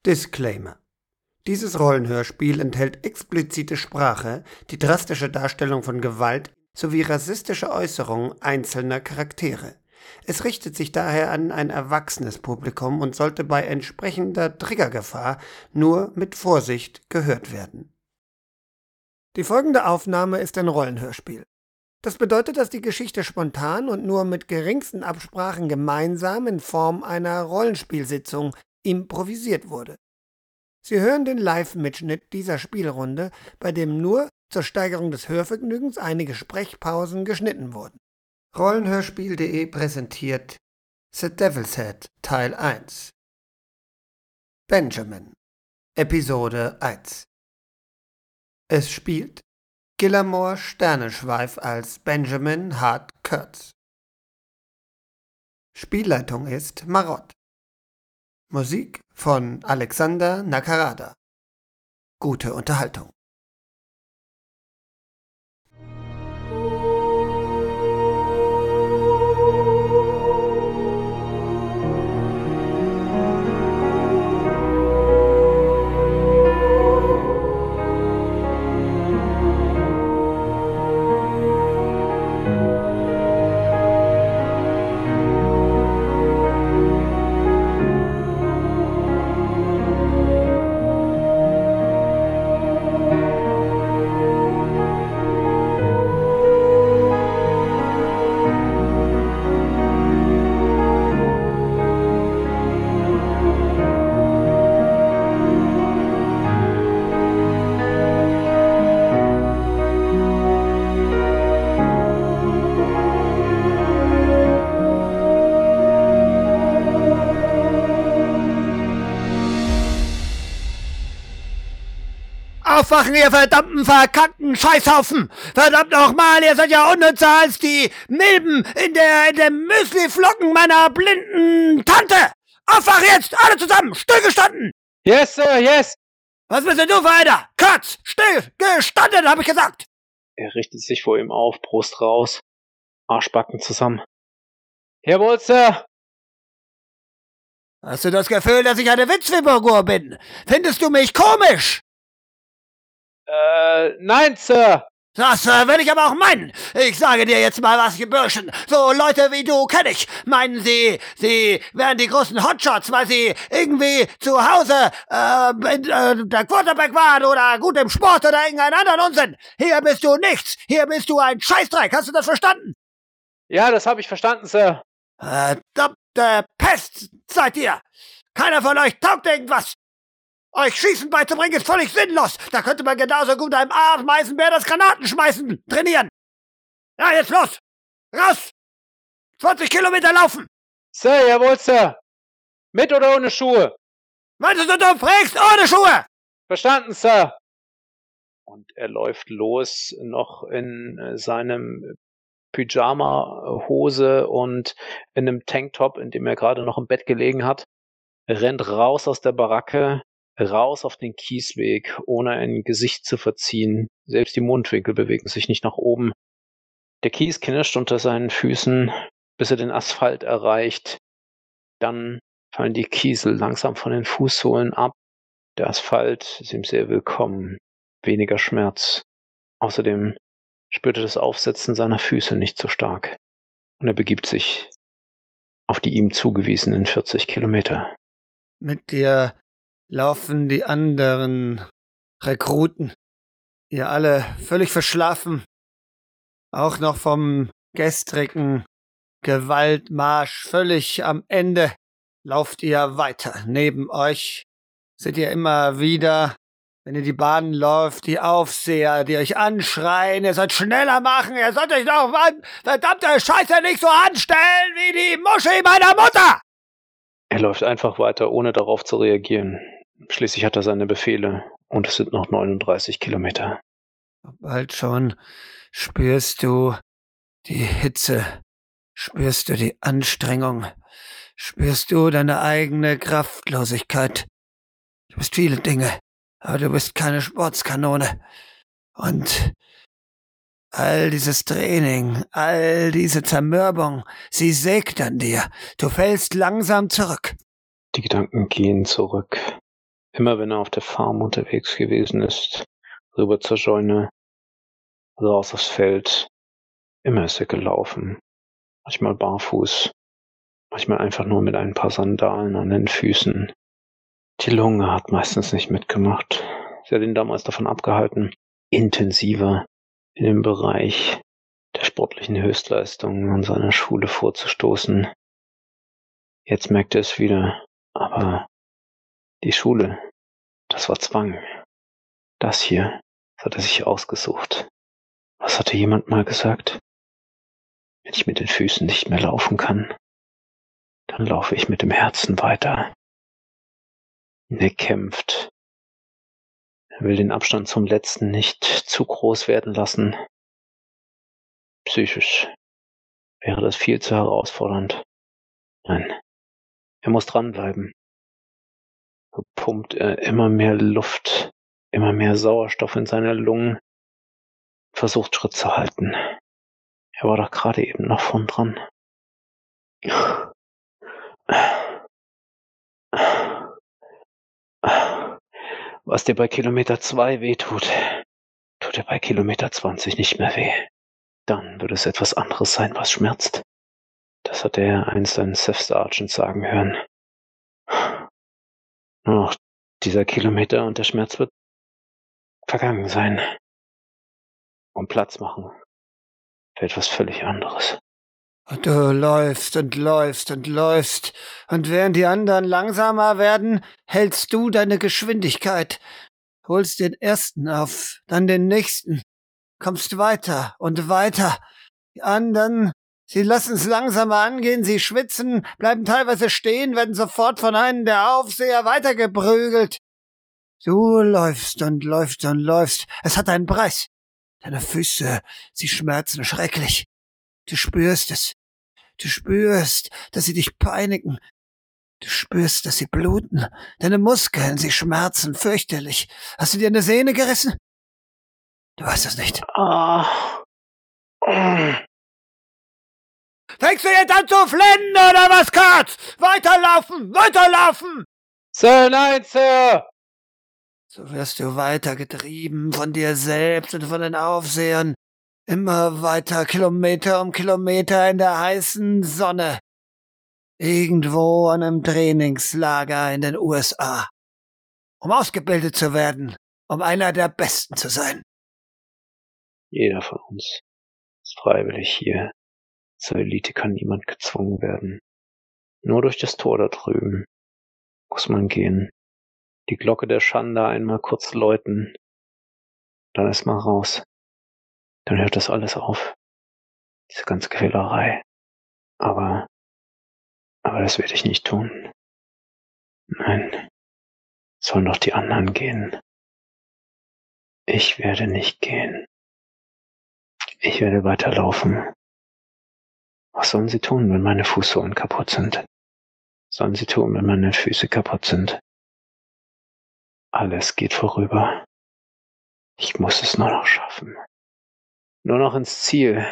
Disclaimer: Dieses Rollenhörspiel enthält explizite Sprache, die drastische Darstellung von Gewalt sowie rassistische Äußerungen einzelner Charaktere. Es richtet sich daher an ein erwachsenes Publikum und sollte bei entsprechender Triggergefahr nur mit Vorsicht gehört werden. Die folgende Aufnahme ist ein Rollenhörspiel. Das bedeutet, dass die Geschichte spontan und nur mit geringsten Absprachen gemeinsam in Form einer Rollenspielsitzung improvisiert wurde. Sie hören den Live-Mitschnitt dieser Spielrunde, bei dem nur zur Steigerung des Hörvergnügens einige Sprechpausen geschnitten wurden. Rollenhörspiel.de präsentiert The Devil's Head Teil 1. Benjamin, Episode 1. Es spielt Gillamore Sternenschweif als Benjamin Hart Kurtz. Spielleitung ist Marott. Musik von Alexander Nakarada. Gute Unterhaltung. Aufwachen, ihr verdammten, verkackten Scheißhaufen! Verdammt nochmal, ihr seid ja unnützer als die Milben in der Müsliflocken meiner blinden Tante! Aufwachen jetzt, alle zusammen, stillgestanden! Yes, Sir, yes! Was bist denn du für einer? Kurz, still, gestanden, hab ich gesagt! Er richtet sich vor ihm auf, Brust raus, Arschbacken zusammen. Jawohl, Sir! Hast du das Gefühl, dass ich eine Witzfigur bin? Findest du mich komisch? Nein, Sir! Das will ich aber auch meinen. Ich sage dir jetzt mal was, ihr Burschen. So Leute wie du kenne ich. Meinen sie wären die großen Hotshots, weil sie irgendwie zu Hause der Quarterback waren oder gut im Sport oder irgendeinen anderen Unsinn. Hier bist du nichts. Hier bist du ein Scheißdreck. Hast du das verstanden? Ja, das habe ich verstanden, Sir. Verdammte Pest seid ihr. Keiner von euch taugt irgendwas. Euch Schießen beizubringen ist völlig sinnlos. Da könnte man genauso gut einem Ameisenbär das Granatenschmeißen trainieren. Ja, jetzt los! Raus! 20 Kilometer laufen! Sir, jawohl, Sir. Mit oder ohne Schuhe? Meinst du, du fragst ohne Schuhe? Verstanden, Sir. Und er läuft los, noch in seinem Pyjama-Hose und in einem Tanktop, in dem er gerade noch im Bett gelegen hat. Er rennt raus aus der Baracke, raus auf den Kiesweg, ohne ein Gesicht zu verziehen. Selbst die Mundwinkel bewegen sich nicht nach oben. Der Kies knirscht unter seinen Füßen, bis er den Asphalt erreicht. Dann fallen die Kiesel langsam von den Fußsohlen ab. Der Asphalt ist ihm sehr willkommen. Weniger Schmerz. Außerdem spürt er das Aufsetzen seiner Füße nicht so stark. Und er begibt sich auf die ihm zugewiesenen 40 Kilometer. Mit dir laufen die anderen Rekruten. Ihr alle völlig verschlafen. Auch noch vom gestrigen Gewaltmarsch völlig am Ende. Lauft ihr weiter. Neben euch seht ihr immer wieder, wenn ihr die Bahn läuft, die Aufseher, die euch anschreien, ihr sollt schneller machen, ihr sollt euch doch verdammte Scheiße nicht so anstellen wie die Muschi meiner Mutter! Er läuft einfach weiter, ohne darauf zu reagieren. Schließlich hat er seine Befehle und es sind noch 39 Kilometer. Bald schon spürst du die Hitze, spürst du die Anstrengung, spürst du deine eigene Kraftlosigkeit. Du bist viele Dinge, aber du bist keine Sportskanone. Und all dieses Training, all diese Zermürbung, sie sägt an dir. Du fällst langsam zurück. Die Gedanken gehen zurück Immer wenn er auf der Farm unterwegs gewesen ist, rüber zur Scheune, raus aufs Feld, immer ist er gelaufen. Manchmal barfuß, manchmal einfach nur mit ein paar Sandalen an den Füßen. Die Lunge hat meistens nicht mitgemacht. Sie hat ihn damals davon abgehalten, intensiver in den Bereich der sportlichen Höchstleistungen an seiner Schule vorzustoßen. Jetzt merkt er es wieder, aber die Schule, das war Zwang. Das hier, das hat er sich ausgesucht. Was hatte jemand mal gesagt? Wenn ich mit den Füßen nicht mehr laufen kann, dann laufe ich mit dem Herzen weiter. Er kämpft. Er will den Abstand zum Letzten nicht zu groß werden lassen. Psychisch wäre das viel zu herausfordernd. Nein, er muss dranbleiben. So pumpt er immer mehr Luft, immer mehr Sauerstoff in seine Lungen, versucht Schritt zu halten. Er war doch gerade eben noch vorn dran. Was dir bei Kilometer 2 wehtut, tut dir bei Kilometer 20 nicht mehr weh. Dann wird es etwas anderes sein, was schmerzt. Das hat er einst einen Staff Sergeant sagen hören. Nur noch dieser Kilometer und der Schmerz wird vergangen sein. Und Platz machen für etwas völlig anderes. Und du läufst und läufst und läufst, und während die anderen langsamer werden, hältst du deine Geschwindigkeit, holst den ersten auf, dann den nächsten, kommst weiter und weiter. Die anderen, sie lassen es langsamer angehen, sie schwitzen, bleiben teilweise stehen, werden sofort von einem der Aufseher weitergeprügelt. Du läufst und läufst und läufst, es hat einen Preis. Deine Füße, sie schmerzen schrecklich. Du spürst es. Du spürst, dass sie dich peinigen. Du spürst, dass sie bluten. Deine Muskeln, sie schmerzen fürchterlich. Hast du dir eine Sehne gerissen? Du weißt es nicht. Fängst du jetzt an zu flennen, oder was, Kurt? Weiterlaufen! Weiterlaufen! Sir, nein, Sir! So wirst du weitergetrieben von dir selbst und von den Aufsehern. Immer weiter, Kilometer um Kilometer in der heißen Sonne. Irgendwo an einem Trainingslager in den USA. Um ausgebildet zu werden, um einer der Besten zu sein. Jeder von uns ist freiwillig hier. Zur Elite kann niemand gezwungen werden. Nur durch das Tor da drüben muss man gehen. Die Glocke der Schande einmal kurz läuten. Dann ist man raus. Dann hört das alles auf. Diese ganze Quälerei. Aber das werde ich nicht tun. Nein. Sollen doch die anderen gehen. Ich werde nicht gehen. Ich werde weiterlaufen. Was sollen sie tun, wenn meine Fußsohlen kaputt sind? Was sollen sie tun, wenn meine Füße kaputt sind? Alles geht vorüber. Ich muss es nur noch schaffen. Nur noch ins Ziel.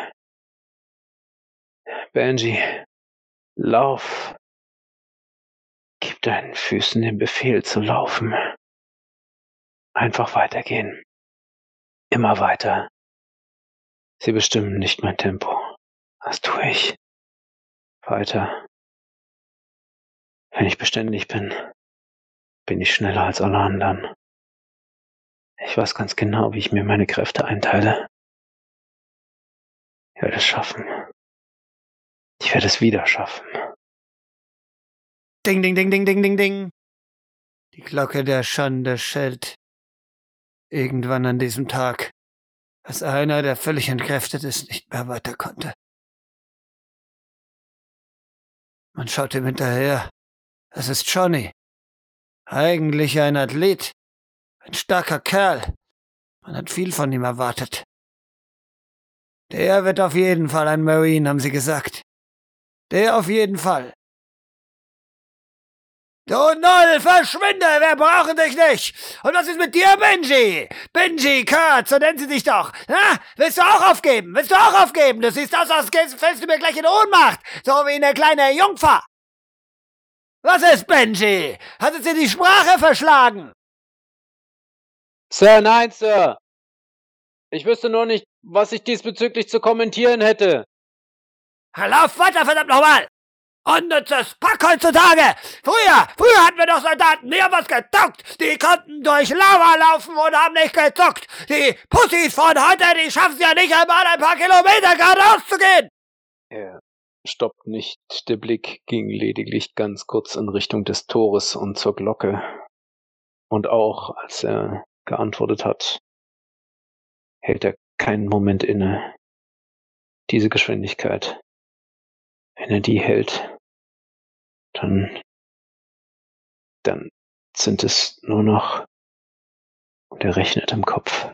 Benji, lauf. Gib deinen Füßen den Befehl zu laufen. Einfach weitergehen. Immer weiter. Sie bestimmen nicht mein Tempo. Das tue ich. Weiter. Wenn ich beständig bin, bin ich schneller als alle anderen. Ich weiß ganz genau, wie ich mir meine Kräfte einteile. Ich werde es schaffen. Ich werde es wieder schaffen. Ding, ding, ding, ding, ding, ding, ding. Die Glocke der Schande schellt. Irgendwann an diesem Tag, als einer, der völlig entkräftet ist, nicht mehr weiter konnte. Man schaut ihm hinterher. Es ist Johnny. Eigentlich ein Athlet. Ein starker Kerl. Man hat viel von ihm erwartet. Der wird auf jeden Fall ein Marine, haben sie gesagt. Der auf jeden Fall. Du Null, verschwinde, wir brauchen dich nicht. Und was ist mit dir, Benji? Benji, Kurt, so nennen sie dich doch. Ha? Willst du auch aufgeben? Du siehst aus, als fällst du mir gleich in Ohnmacht. So wie eine kleine Jungfer. Was ist, Benji? Hat es dir die Sprache verschlagen? Sir, nein, Sir. Ich wüsste nur nicht, was ich diesbezüglich zu kommentieren hätte. Lauf weiter, verdammt nochmal! Unnützes Pack heutzutage! Früher hatten wir doch Soldaten, die haben was gezuckt! Die konnten durch Lava laufen und haben nicht gezuckt! Die Pussys von heute, die schaffen es ja nicht einmal ein paar Kilometer geradeaus zu gehen! Er stoppt nicht, der Blick ging lediglich ganz kurz in Richtung des Tores und zur Glocke. Und auch, als er geantwortet hat, hält er keinen Moment inne. Diese Geschwindigkeit, wenn er die hält, dann sind es nur noch, und er rechnet im Kopf,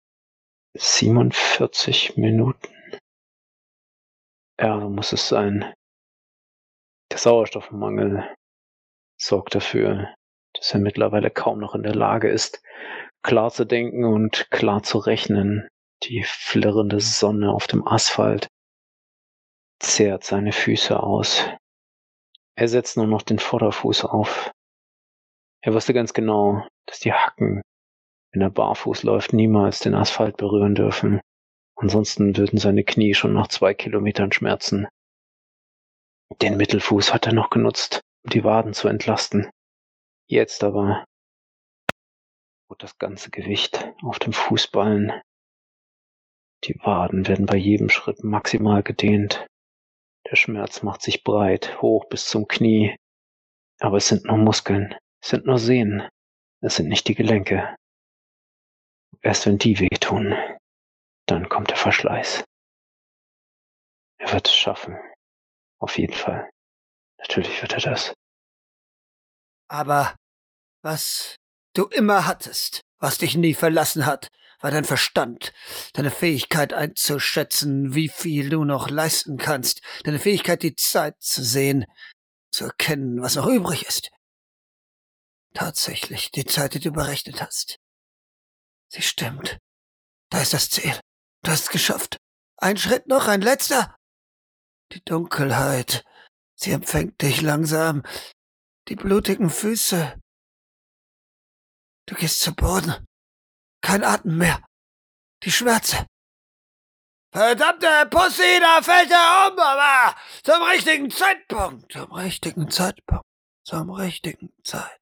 47 Minuten. Ja, so muss es sein. Der Sauerstoffmangel sorgt dafür, dass er mittlerweile kaum noch in der Lage ist, klar zu denken und klar zu rechnen. Die flirrende Sonne auf dem Asphalt zehrt seine Füße aus. Er setzt nur noch den Vorderfuß auf. Er wusste ganz genau, dass die Hacken, wenn er barfuß läuft, niemals den Asphalt berühren dürfen. Ansonsten würden seine Knie schon nach 2 Kilometern schmerzen. Den Mittelfuß hat er noch genutzt, um die Waden zu entlasten. Jetzt aber ruht das ganze Gewicht auf dem Fußballen. Die Waden werden bei jedem Schritt maximal gedehnt. Der Schmerz macht sich breit, hoch bis zum Knie. Aber es sind nur Muskeln, es sind nur Sehnen, es sind nicht die Gelenke. Erst wenn die wehtun, dann kommt der Verschleiß. Er wird es schaffen. Auf jeden Fall. Natürlich wird er das. Aber was du immer hattest, was dich nie verlassen hat, war dein Verstand, deine Fähigkeit einzuschätzen, wie viel du noch leisten kannst, deine Fähigkeit, die Zeit zu sehen, zu erkennen, was noch übrig ist. Tatsächlich, die Zeit, die du berechnet hast. Sie stimmt. Da ist das Ziel. Du hast es geschafft. Ein Schritt noch, ein letzter. Die Dunkelheit, sie empfängt dich langsam. Die blutigen Füße. Du gehst zu Boden. Kein Atem mehr. Die Schwärze. Verdammte Pussy, da fällt er um, aber zum richtigen Zeitpunkt. Zum richtigen Zeitpunkt. Zum richtigen Zeitpunkt.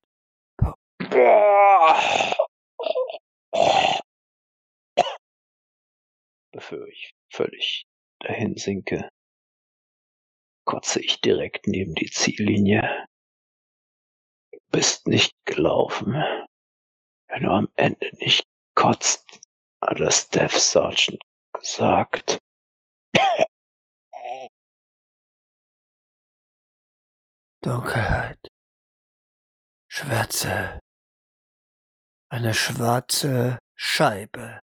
Bevor ich völlig dahin sinke, kotze ich direkt neben die Ziellinie. Du bist nicht gelaufen. Wenn du am Ende nicht kotzt, hat der Staff Sergeant gesagt. Dunkelheit. Schwärze. Eine schwarze Scheibe.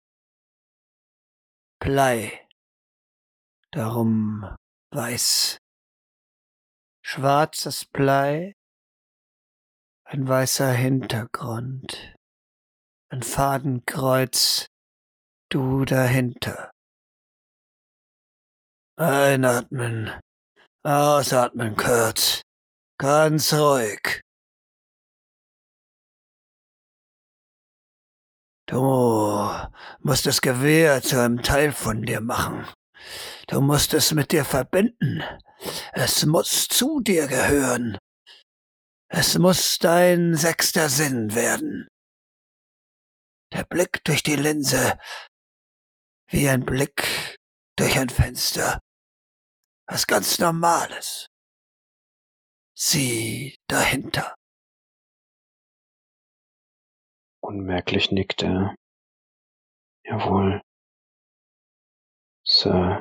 Blei. Darum weiß. Schwarzes Blei. Ein weißer Hintergrund. Ein Fadenkreuz. Du dahinter. Einatmen. Ausatmen kurz. Ganz ruhig. Du musst das Gewehr zu einem Teil von dir machen. Du musst es mit dir verbinden. Es muss zu dir gehören. Es muss dein 6. Sinn werden. Der Blick durch die Linse, wie ein Blick durch ein Fenster. Was ganz Normales. Sieh dahinter. Unmerklich nickt er. Jawohl. Sir.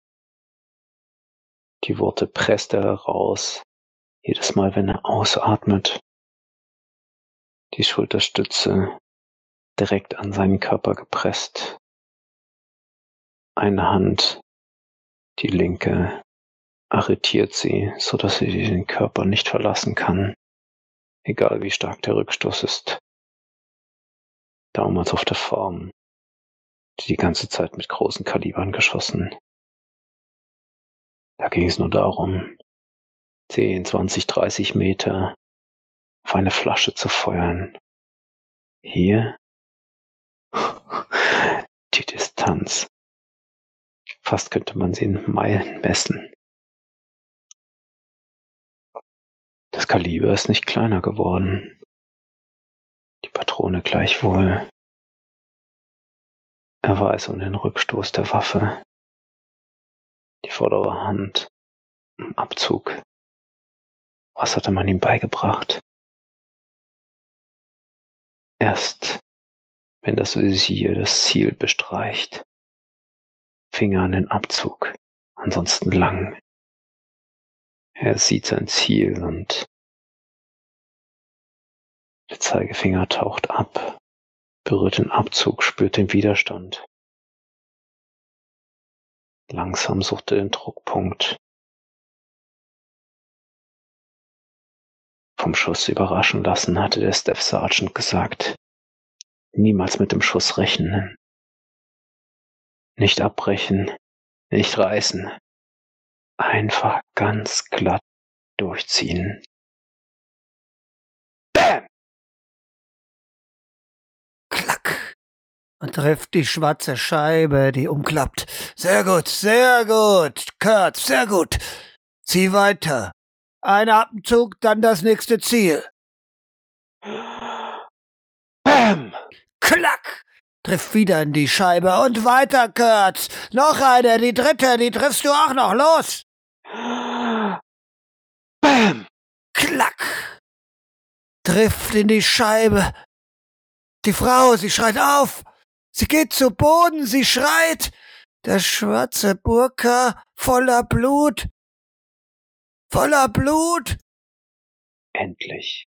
Die Worte presst er heraus, jedes Mal, wenn er ausatmet. Die Schulterstütze direkt an seinen Körper gepresst. Eine Hand, die linke, arretiert sie, so dass sie den Körper nicht verlassen kann, egal wie stark der Rückstoß ist. Damals auf der Farm, die ganze Zeit mit großen Kalibern geschossen. Da ging es nur darum, 10, 20, 30 Meter auf eine Flasche zu feuern. Hier die Distanz. Fast könnte man sie in Meilen messen. Das Kaliber ist nicht kleiner geworden. Die Patrone gleichwohl. Er weiß um den Rückstoß der Waffe. Die vordere Hand im Abzug. Was hatte man ihm beigebracht? Erst wenn das Visier das Ziel bestreicht. Finger an den Abzug, ansonsten lang. Er sieht sein Ziel und der Zeigefinger taucht ab, berührt den Abzug, spürt den Widerstand. Langsam sucht er den Druckpunkt. Vom Schuss überraschen lassen, hatte der Staff Sergeant gesagt. Niemals mit dem Schuss rechnen. Nicht abbrechen, nicht reißen. Einfach ganz glatt durchziehen. Bam! Klack! Und trifft die schwarze Scheibe, die umklappt. Sehr gut, Kurt, sehr gut. Zieh weiter. Ein Atemzug, dann das nächste Ziel. Bam! Klack! Trifft wieder in die Scheibe und weiter, Kurt. Noch eine, die dritte, die triffst du auch noch. Los! Bam! Klack! Trifft in die Scheibe. Die Frau, sie schreit auf. Sie geht zu Boden, sie schreit. Der schwarze Burka voller Blut. Voller Blut. Endlich.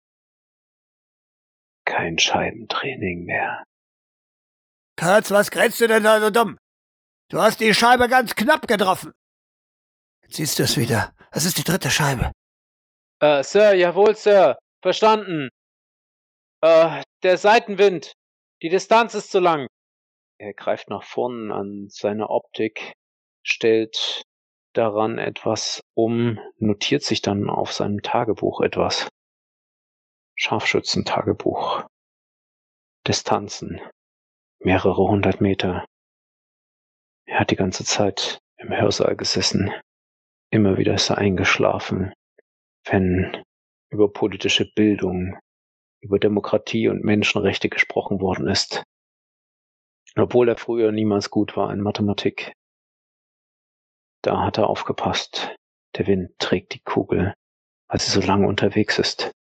Kein Scheibentraining mehr. Kurt, was grätzt du denn da so dumm? Du hast die Scheibe ganz knapp getroffen. Jetzt siehst du es wieder. Das ist die dritte Scheibe. Sir, jawohl, Sir. Verstanden. Der Seitenwind. Die Distanz ist zu lang. Er greift nach vorn an seine Optik, stellt daran etwas um, notiert sich dann auf seinem Tagebuch etwas. Scharfschützentagebuch. Distanzen. Mehrere 100 Meter. Er hat die ganze Zeit im Hörsaal gesessen. Immer wieder ist er eingeschlafen, wenn über politische Bildung, über Demokratie und Menschenrechte gesprochen worden ist. Obwohl er früher niemals gut war in Mathematik. Da hat er aufgepasst. Der Wind trägt die Kugel, weil sie so lange unterwegs ist.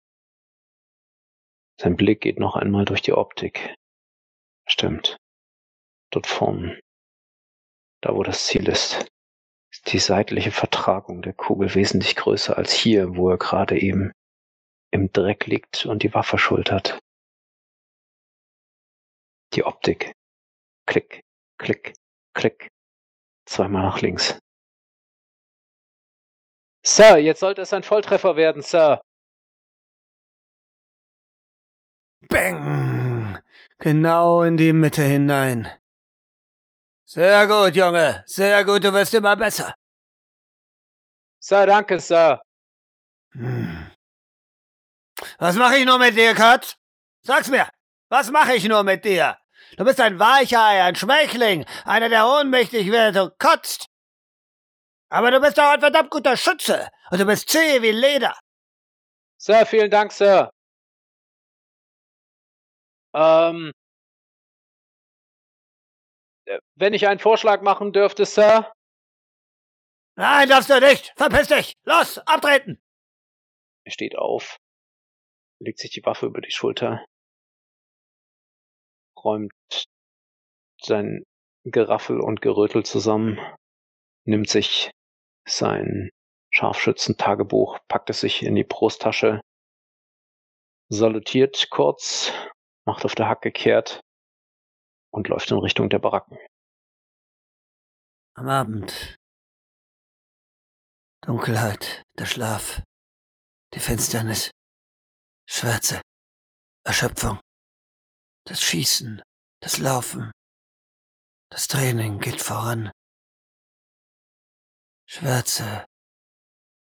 Sein Blick geht noch einmal durch die Optik. Stimmt. Dort vorn, da wo das Ziel ist die seitliche Vertragung der Kugel wesentlich größer als hier, wo er gerade eben im Dreck liegt und die Waffe schultert. Die Optik. Klick, klick, klick. Zweimal nach links. Sir, jetzt sollte es ein Volltreffer werden, Sir. Bang! Genau in die Mitte hinein. Sehr gut, Junge. Sehr gut, du wirst immer besser. Sir, danke, Sir. Was mache ich nur mit dir, Kurt? Sag's mir. Was mache ich nur mit dir? Du bist ein Weichei, ein Schwächling, einer, der ohnmächtig wird und kotzt. Aber du bist doch ein verdammt guter Schütze und du bist zäh wie Leder. Sir, vielen Dank, Sir. Wenn ich einen Vorschlag machen dürfte, Sir? Nein, darfst du nicht. Verpiss dich. Los, abtreten. Er steht auf, legt sich die Waffe über die Schulter, räumt sein Geraffel und Gerötel zusammen, nimmt sich sein Scharfschützentagebuch, packt es sich in die Brusttasche, salutiert kurz, macht auf der Hacke kehrt und läuft in Richtung der Baracken. Am Abend. Dunkelheit, der Schlaf, die Finsternis, Schwärze, Erschöpfung, das Schießen, das Laufen, das Training geht voran. Schwärze,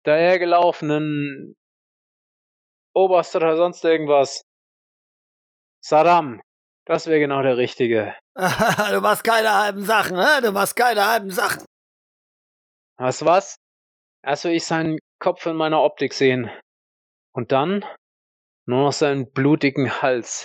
dahergelaufenen Oberst oder sonst irgendwas. Saddam, das wäre genau der Richtige. Du machst keine halben Sachen, hä? Du machst keine halben Sachen. Was? Erst will ich seinen Kopf in meiner Optik sehen. Und dann nur noch seinen blutigen Hals.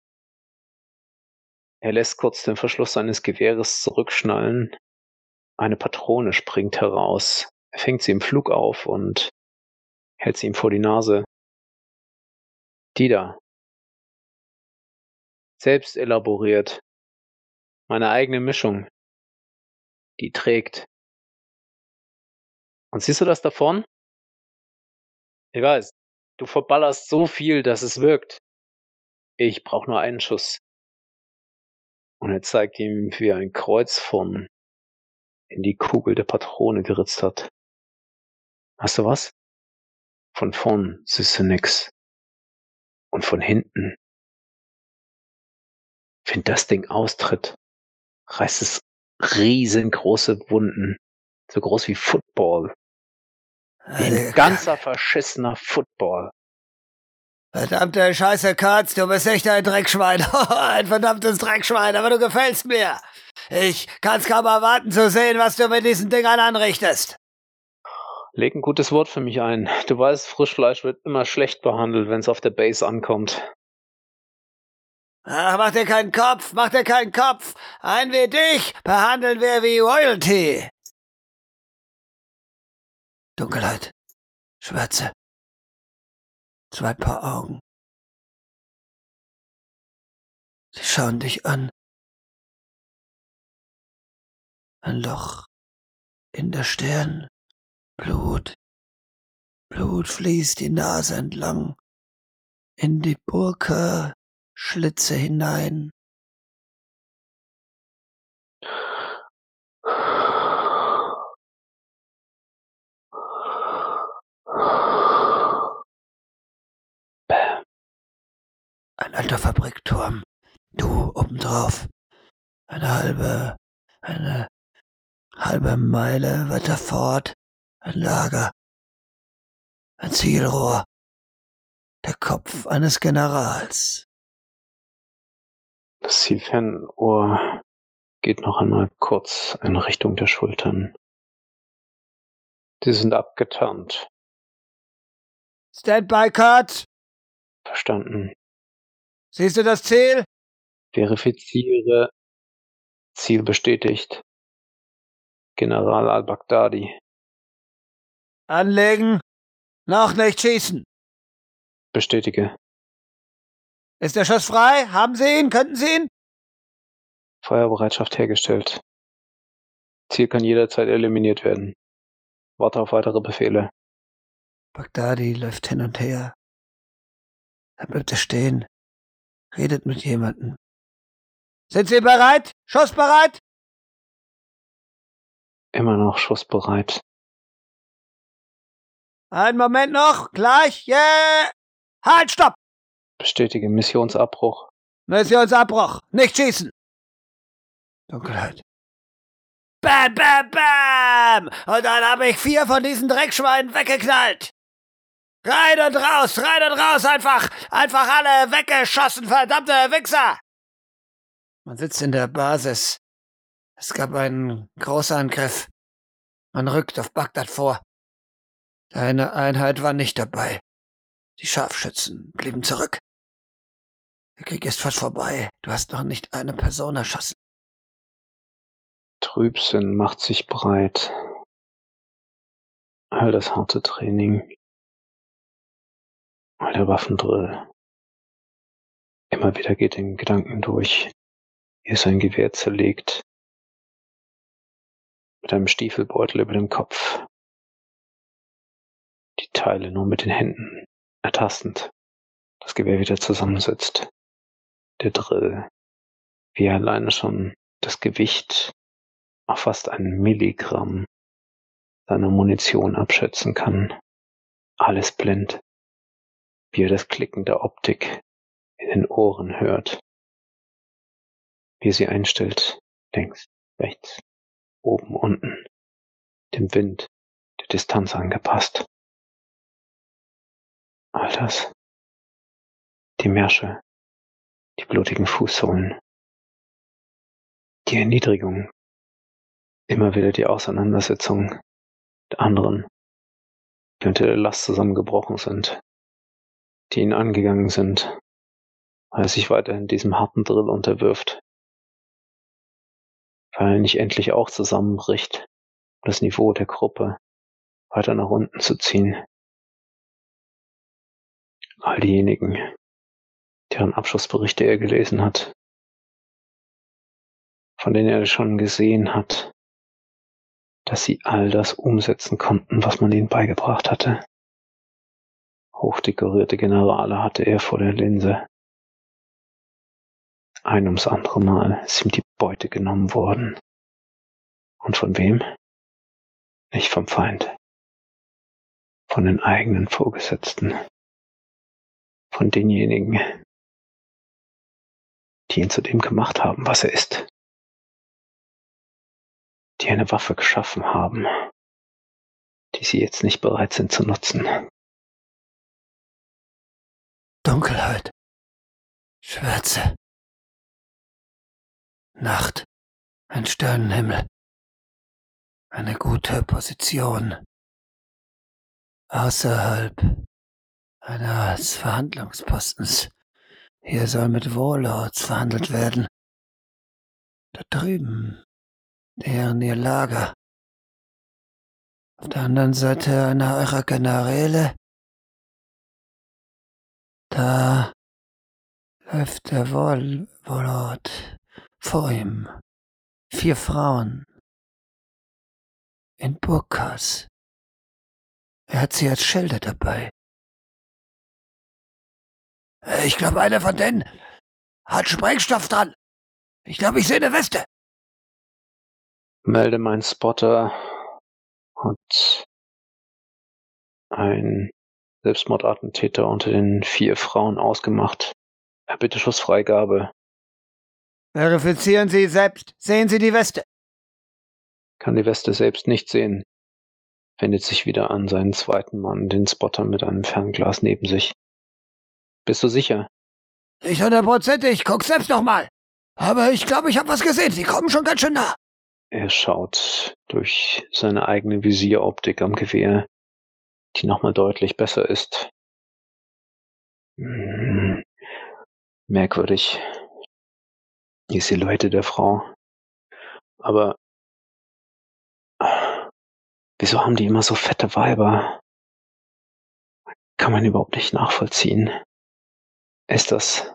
Er lässt kurz den Verschluss seines Gewehres zurückschnallen. Eine Patrone springt heraus. Er fängt sie im Flug auf und hält sie ihm vor die Nase. Die da. Selbst elaboriert. Meine eigene Mischung. Die trägt. Und siehst du das davon? Ich weiß, du verballerst so viel, dass es wirkt. Ich brauche nur einen Schuss. Und er zeigt ihm, wie er ein Kreuz von in die Kugel der Patrone geritzt hat. Hast du was? Von vorn siehst du nix. Und von hinten. Wenn das Ding austritt, reißt es riesengroße Wunden. So groß wie Football. Wie ein ganzer verschissener Football. Verdammte Scheiße, Katz, du bist echt ein Dreckschwein. Ein verdammtes Dreckschwein, aber du gefällst mir. Ich kann's kaum erwarten zu sehen, was du mit diesen Dingern anrichtest. Leg ein gutes Wort für mich ein. Du weißt, Frischfleisch wird immer schlecht behandelt, wenn's auf der Base ankommt. Ach, mach dir keinen Kopf, mach dir keinen Kopf. Einen wie dich behandeln wir wie Royalty. Dunkelheit, Schwärze, 2 Paar Augen. Sie schauen dich an. Ein Loch in der Stirn. Blut. Blut fließt die Nase entlang. In die Burka, Schlitze hinein. Bäm. Ein alter Fabrikturm. Du obendrauf. Eine halbe Meile weiter fort. Ein Lager. Ein Zielrohr. Der Kopf eines Generals. Das Zielfernohr geht noch einmal kurz in Richtung der Schultern. Die sind abgeturnt. Standby, Cut! Verstanden. Siehst du das Ziel? Verifiziere. Ziel bestätigt. General al-Baghdadi. Anlegen. Noch nicht schießen. Bestätige. Ist der Schuss frei? Haben Sie ihn? Könnten Sie ihn? Feuerbereitschaft hergestellt. Ziel kann jederzeit eliminiert werden. Warte auf weitere Befehle. Baghdadi läuft hin und her. Dann bleibt er stehen. Redet mit jemandem. Sind Sie bereit? Schussbereit? Immer noch schussbereit. Einen Moment noch. Gleich. Yeah. Halt, stopp! Bestätige Missionsabbruch. Missionsabbruch. Nicht schießen. Dunkelheit. Bam, bam, bam! Und dann habe ich 4 von diesen Dreckschweinen weggeknallt. Rein und raus, einfach alle weggeschossen, verdammte Wichser! Man sitzt in der Basis. Es gab einen Großangriff. Man rückt auf Bagdad vor. Deine Einheit war nicht dabei. Die Scharfschützen blieben zurück. Der Krieg ist fast vorbei. Du hast noch nicht eine Person erschossen. Trübsinn macht sich breit. All das harte Training. All der Waffendrill. Immer wieder geht den Gedanken durch, wie er sein Gewehr zerlegt. Mit einem Stiefelbeutel über dem Kopf. Die Teile nur mit den Händen ertastend. Das Gewehr wieder zusammensetzt. Der Drill. Wie er alleine schon das Gewicht auf fast 1 Milligramm seiner Munition abschätzen kann. Alles blind. Wie er das Klicken der Optik in den Ohren hört. Wie er sie einstellt. Links, rechts, oben, unten. Dem Wind, der Distanz angepasst. All das. Die Märsche, die blutigen Fußsohlen, die Erniedrigung, immer wieder die Auseinandersetzung mit anderen, die unter der Last zusammengebrochen sind, die ihn angegangen sind, weil er sich weiterhin diesem harten Drill unterwirft, weil er nicht endlich auch zusammenbricht, um das Niveau der Gruppe weiter nach unten zu ziehen. All diejenigen, deren Abschlussberichte er gelesen hat, von denen er schon gesehen hat, dass sie all das umsetzen konnten, was man ihnen beigebracht hatte. Hochdekorierte Generale hatte er vor der Linse. Ein ums andere Mal ist ihm die Beute genommen worden. Und von wem? Nicht vom Feind. Von den eigenen Vorgesetzten. Von denjenigen, die ihn zu dem gemacht haben, was er ist. Die eine Waffe geschaffen haben, die sie jetzt nicht bereit sind zu nutzen. Dunkelheit. Schwärze. Nacht. Ein Sternenhimmel. Eine gute Position. Außerhalb eines Verhandlungspostens. Hier soll mit Warlords verhandelt werden. Da drüben deren ihr Lager. Auf der anderen Seite einer eurer Generäle. Da läuft der Warlord vor ihm. 4 Frauen. In Burkas. Er hat sie als Schilde dabei. Ich glaube, einer von denen hat Sprengstoff dran. Ich glaube, ich sehe eine Weste. Melde mein Spotter hat ein Selbstmordattentäter unter den 4 Frauen ausgemacht. Er bitte Schussfreigabe. Verifizieren Sie selbst. Sehen Sie die Weste. Kann die Weste selbst nicht sehen. Wendet sich wieder an seinen zweiten Mann, den Spotter mit einem Fernglas neben sich. Bist du sicher? Nicht 100%, guck selbst noch mal. Aber ich glaube, ich habe was gesehen. Sie kommen schon ganz schön nah. Er schaut durch seine eigene Visieroptik am Gewehr, die nochmal deutlich besser ist. Merkwürdig. Die Silhouette der Frau. Aber wieso haben die immer so fette Weiber? Kann man überhaupt nicht nachvollziehen. Ist das?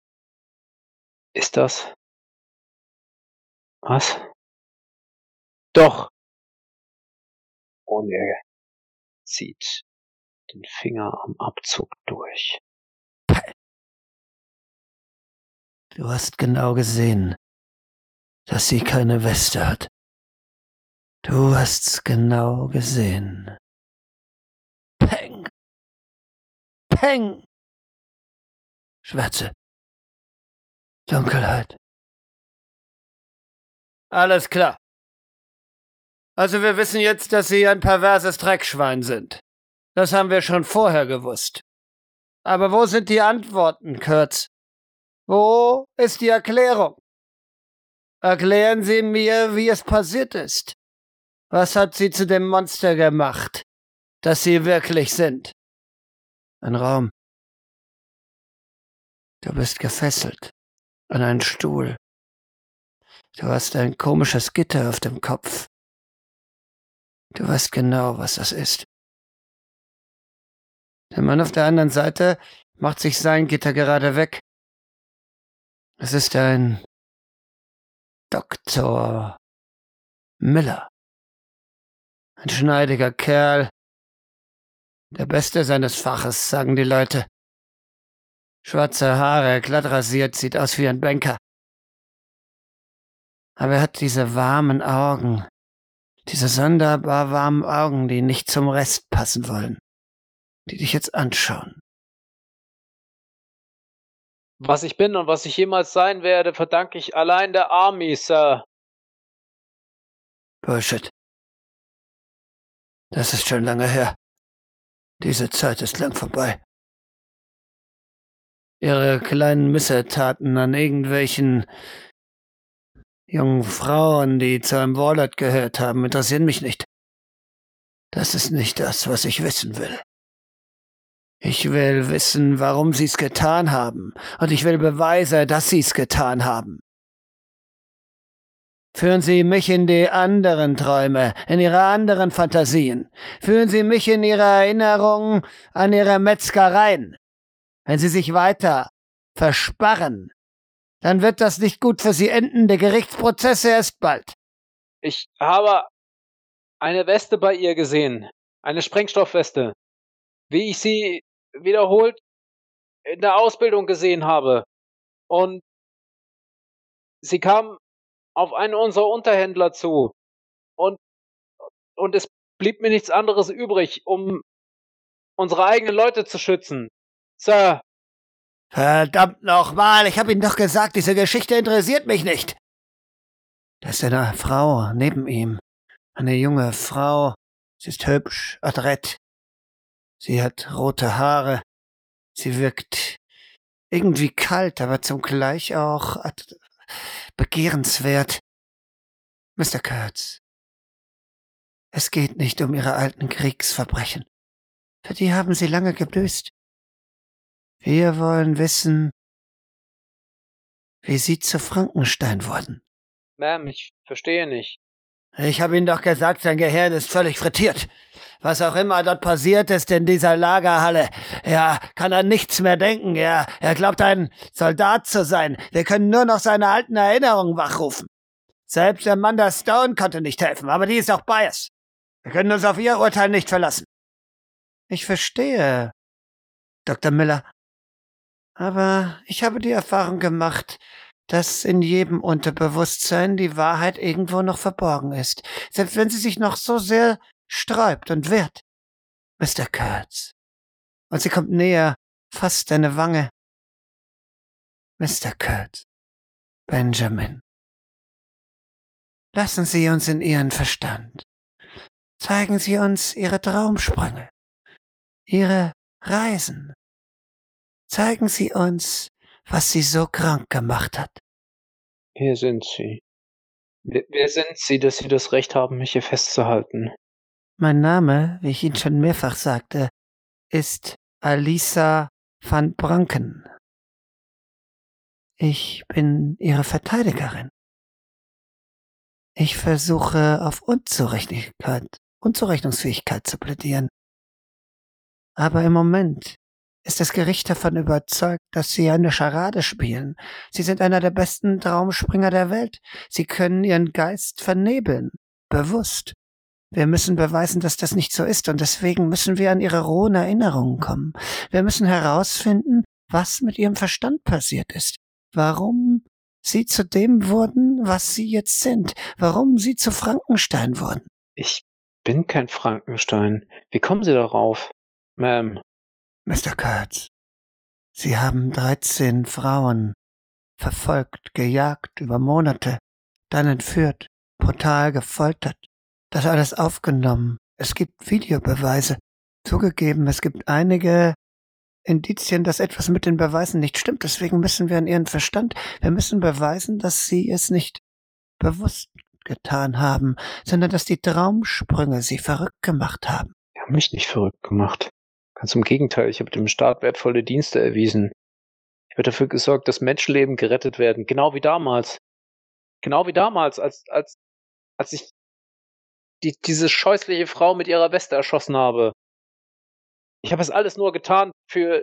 Was? Doch! Und er zieht den Finger am Abzug durch. Du hast genau gesehen, dass sie keine Weste hat. Du hast's genau gesehen. Peng! Peng! Schwärze. Dunkelheit. Alles klar. Also wir wissen jetzt, dass Sie ein perverses Dreckschwein sind. Das haben wir schon vorher gewusst. Aber wo sind die Antworten, Kurtz? Wo ist die Erklärung? Erklären Sie mir, wie es passiert ist. Was hat Sie zu dem Monster gemacht, das Sie wirklich sind? Ein Raum. Du bist gefesselt an einen Stuhl. Du hast ein komisches Gitter auf dem Kopf. Du weißt genau, was das ist. Der Mann auf der anderen Seite macht sich sein Gitter gerade weg. Es ist ein Dr. Miller. Ein schneidiger Kerl. Der Beste seines Faches, sagen die Leute. Schwarze Haare, glatt rasiert, sieht aus wie ein Banker. Aber er hat diese warmen Augen. Diese sonderbar warmen Augen, die nicht zum Rest passen wollen. Die dich jetzt anschauen. Was ich bin und was ich jemals sein werde, verdanke ich allein der Army, Sir. Bullshit. Das ist schon lange her. Diese Zeit ist lang vorbei. Ihre kleinen Missetaten an irgendwelchen jungen Frauen, die zu einem Warlord gehört haben, interessieren mich nicht. Das ist nicht das, was ich wissen will. Ich will wissen, warum sie's getan haben, und ich will Beweise, dass sie's getan haben. Führen Sie mich in die anderen Träume, in Ihre anderen Fantasien. Führen Sie mich in Ihre Erinnerungen an Ihre Metzgereien. Wenn Sie sich weiter versparren, dann wird das nicht gut für Sie enden. Der Gerichtsprozess erst bald. Ich habe eine Weste bei ihr gesehen. Eine Sprengstoffweste. Wie ich sie wiederholt in der Ausbildung gesehen habe. Und sie kam auf einen unserer Unterhändler zu. Und es blieb mir nichts anderes übrig, um unsere eigenen Leute zu schützen. Sir. Verdammt nochmal, ich habe Ihnen doch gesagt, diese Geschichte interessiert mich nicht. Da ist eine Frau neben ihm. Eine junge Frau. Sie ist hübsch, adrett. Sie hat rote Haare. Sie wirkt irgendwie kalt, aber zugleich auch begehrenswert. Mr. Kurtz, es geht nicht um Ihre alten Kriegsverbrechen. Für die haben Sie lange gebüßt. Wir wollen wissen, wie Sie zu Frankenstein wurden. Ma'am, ich verstehe nicht. Ich habe Ihnen doch gesagt, sein Gehirn ist völlig frittiert. Was auch immer dort passiert ist in dieser Lagerhalle, er kann an nichts mehr denken. Er glaubt, ein Soldat zu sein. Wir können nur noch seine alten Erinnerungen wachrufen. Selbst Amanda Stone konnte nicht helfen, aber die ist auch Bias. Wir können uns auf ihr Urteil nicht verlassen. Ich verstehe, Dr. Miller. Aber ich habe die Erfahrung gemacht, dass in jedem Unterbewusstsein die Wahrheit irgendwo noch verborgen ist, selbst wenn sie sich noch so sehr sträubt und wehrt. Mr. Kurtz. Und sie kommt näher, fasst deine Wange. Mr. Kurtz. Benjamin. Lassen Sie uns in Ihren Verstand. Zeigen Sie uns Ihre Traumsprünge, Ihre Reisen. Zeigen Sie uns, was Sie so krank gemacht hat. Hier sind Sie. Wer sind Sie, dass Sie das Recht haben, mich hier festzuhalten? Mein Name, wie ich Ihnen schon mehrfach sagte, ist Alisa van Branken. Ich bin Ihre Verteidigerin. Ich versuche auf Unzurechnungsfähigkeit zu plädieren. Aber im Moment ist das Gericht davon überzeugt, dass Sie eine Scharade spielen. Sie sind einer der besten Traumspringer der Welt. Sie können Ihren Geist vernebeln. Bewusst. Wir müssen beweisen, dass das nicht so ist, und deswegen müssen wir an Ihre rohen Erinnerungen kommen. Wir müssen herausfinden, was mit Ihrem Verstand passiert ist. Warum Sie zu dem wurden, was Sie jetzt sind. Warum Sie zu Frankenstein wurden. Ich bin kein Frankenstein. Wie kommen Sie darauf, Ma'am? Mr. Kurtz, Sie haben 13 Frauen verfolgt, gejagt über Monate, dann entführt, brutal gefoltert. Das alles aufgenommen. Es gibt Videobeweise. Zugegeben, es gibt einige Indizien, dass etwas mit den Beweisen nicht stimmt. Deswegen müssen wir an Ihren Verstand. Wir müssen beweisen, dass Sie es nicht bewusst getan haben, sondern dass die Traumsprünge Sie verrückt gemacht haben. Sie haben mich nicht verrückt gemacht. Ganz im Gegenteil, ich habe dem Staat wertvolle Dienste erwiesen. Ich habe dafür gesorgt, dass Menschenleben gerettet werden. Genau wie damals. Genau wie damals, als ich diese scheußliche Frau mit ihrer Weste erschossen habe. Ich habe es alles nur getan für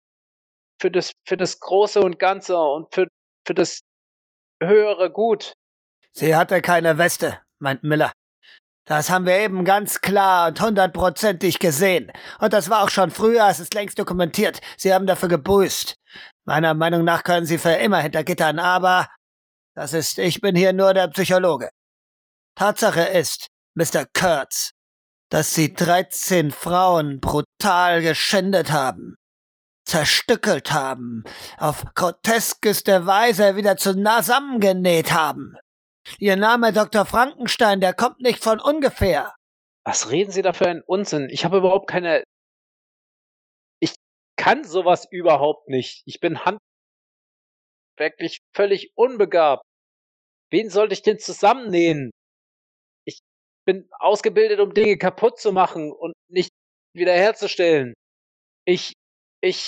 das Große und Ganze und für das höhere Gut. Sie hatte keine Weste, meint Miller. Das haben wir eben ganz klar und 100%ig gesehen. Und das war auch schon früher, es ist längst dokumentiert. Sie haben dafür gebußt. Meiner Meinung nach können Sie für immer hinter Gittern, aber ich bin hier nur der Psychologe. Tatsache ist, Mr. Kurtz, dass Sie 13 Frauen brutal geschändet haben, zerstückelt haben, auf groteskeste Weise wieder zusammengenäht haben. Ihr Name Dr. Frankenstein, der kommt nicht von ungefähr. Was reden Sie da für einen Unsinn? Ich habe überhaupt keine... kann sowas überhaupt nicht. Ich bin handwerklich völlig unbegabt. Wen sollte ich denn zusammennähen? Ich bin ausgebildet, um Dinge kaputt zu machen und nicht wiederherzustellen. Ich ich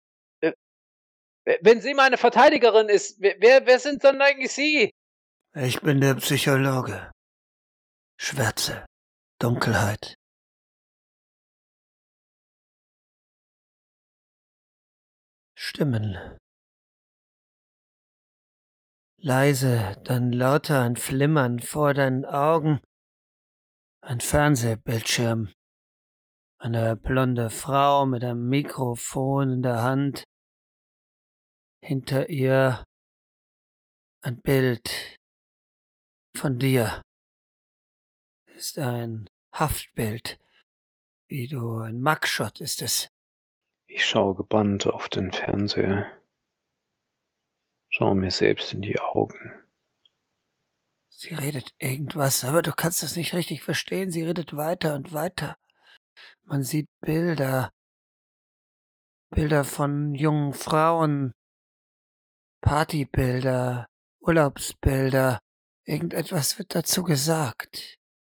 wenn sie meine Verteidigerin ist, wer sind dann eigentlich Sie? Ich bin der Psychologe. Schwärze, Dunkelheit. Stimmen. Leise, dann lauter ein Flimmern vor deinen Augen. Ein Fernsehbildschirm. Eine blonde Frau mit einem Mikrofon in der Hand. Hinter ihr ein Bild von dir. Ist ein Haftbild. Wie du ein Mugshot ist es. Ich schaue gebannt auf den Fernseher. Schaue mir selbst in die Augen. Sie redet irgendwas, aber du kannst es nicht richtig verstehen. Sie redet weiter und weiter. Man sieht Bilder. Bilder von jungen Frauen. Partybilder. Urlaubsbilder. Irgendetwas wird dazu gesagt.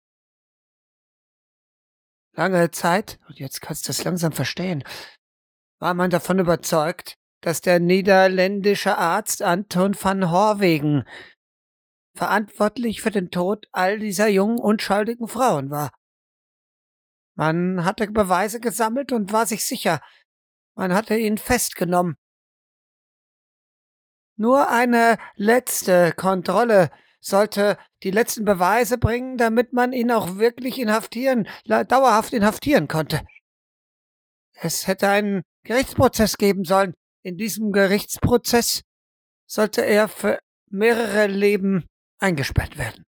Lange Zeit, und jetzt kannst du es langsam verstehen, war man davon überzeugt, dass der niederländische Arzt Anton van Horwegen verantwortlich für den Tod all dieser jungen, unschuldigen Frauen war. Man hatte Beweise gesammelt und war sich sicher, man hatte ihn festgenommen. Nur eine letzte Kontrolle sollte die letzten Beweise bringen, damit man ihn auch wirklich dauerhaft inhaftieren konnte. Es hätte einen Gerichtsprozess geben sollen. In diesem Gerichtsprozess sollte er für mehrere Leben eingesperrt werden.